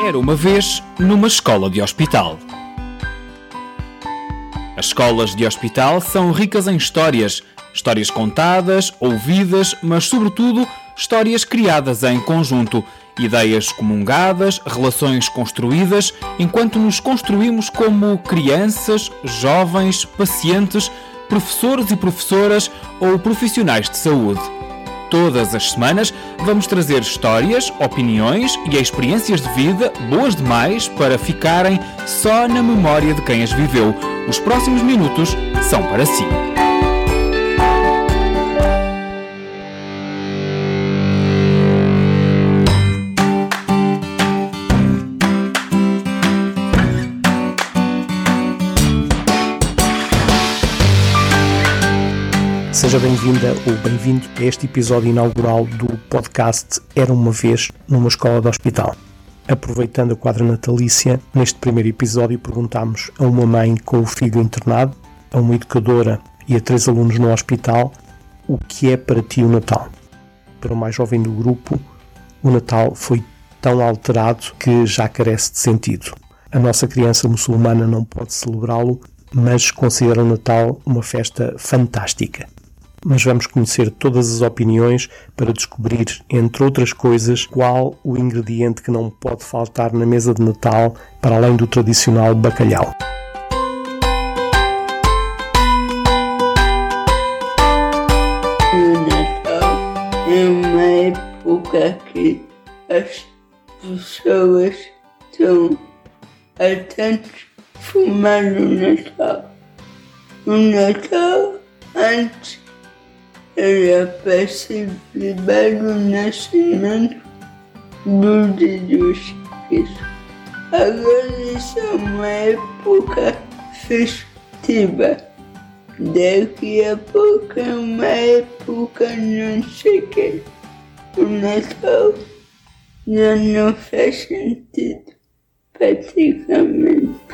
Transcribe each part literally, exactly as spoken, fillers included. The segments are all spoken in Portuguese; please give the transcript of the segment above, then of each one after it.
Era uma vez numa escola de hospital. As escolas de hospital são ricas em histórias, histórias contadas, ouvidas, mas sobretudo histórias criadas em conjunto, ideias comungadas, relações construídas, enquanto nos construímos como crianças, jovens, pacientes, professores e professoras ou profissionais de saúde. Todas as semanas vamos trazer histórias, opiniões e experiências de vida boas demais para ficarem só na memória de quem as viveu. Os próximos minutos são para si. Seja bem-vinda ou bem-vindo a este episódio inaugural do podcast Era uma Vez numa Escola de Hospital. Aproveitando a quadra natalícia, neste primeiro episódio perguntámos a uma mãe com o filho internado, a uma educadora e a três alunos no hospital, o que é para ti o Natal? Para o mais jovem do grupo, o Natal foi tão alterado que já carece de sentido. A nossa criança muçulmana não pode celebrá-lo, mas considera o Natal uma festa fantástica. Mas vamos conhecer todas as opiniões para descobrir, entre outras coisas, qual o ingrediente que não pode faltar na mesa de Natal, para além do tradicional bacalhau. O Natal é uma época que as pessoas estão a tanto fumar o Natal. O Natal antes era para celebrar o nascimento do Jesus Cristo. Agora isso é uma época festiva. Daqui a pouco é uma época não sei o que. O Natal já não faz sentido, praticamente.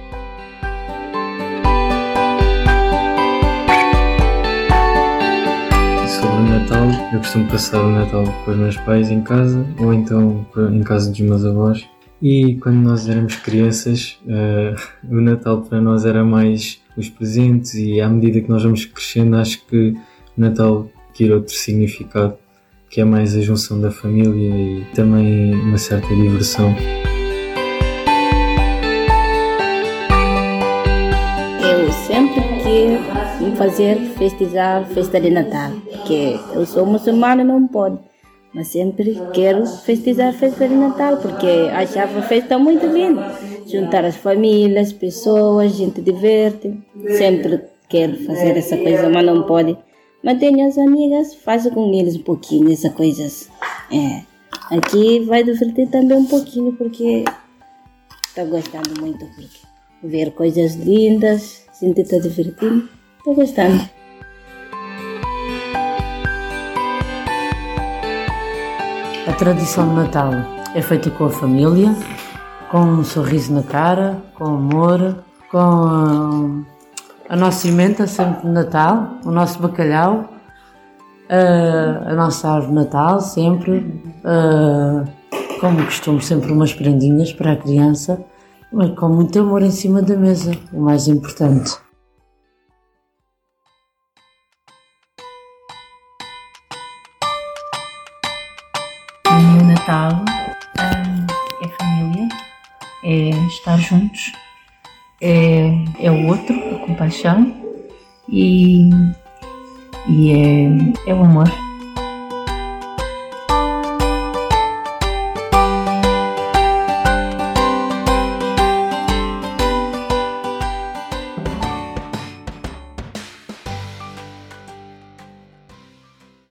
Sobre o Natal, eu costumo passar o Natal com os meus pais em casa ou então em casa dos meus avós. E quando nós éramos crianças, uh, o Natal para nós era mais os presentes, e à medida que nós vamos crescendo, acho que o Natal tira outro significado, que é mais a junção da família e também uma certa diversão. Eu sempre quis fazer festejar festa de Natal, porque eu sou muçulmana e não pode, mas sempre quero festejar festa de Natal, porque achava a festa muito linda, juntar as famílias, pessoas, a gente diverte, sempre quero fazer essa coisa, mas não pode. Mas tenho as amigas, faço com eles um pouquinho essas coisas. É. Aqui vai divertir também um pouquinho, porque estou gostando muito, porque ver coisas lindas, a gente está divertindo, estou gostando. A tradição de Natal é feita com a família, com um sorriso na cara, com amor, com a, a nossa emenda sempre de Natal, o nosso bacalhau, a, a nossa árvore de Natal sempre, a, como costumo, sempre umas prendinhas para a criança, mas com muito amor em cima da mesa, o mais importante. O meu Natal hum, é família, é estar juntos, é, é o outro, a compaixão e, e é, é o amor.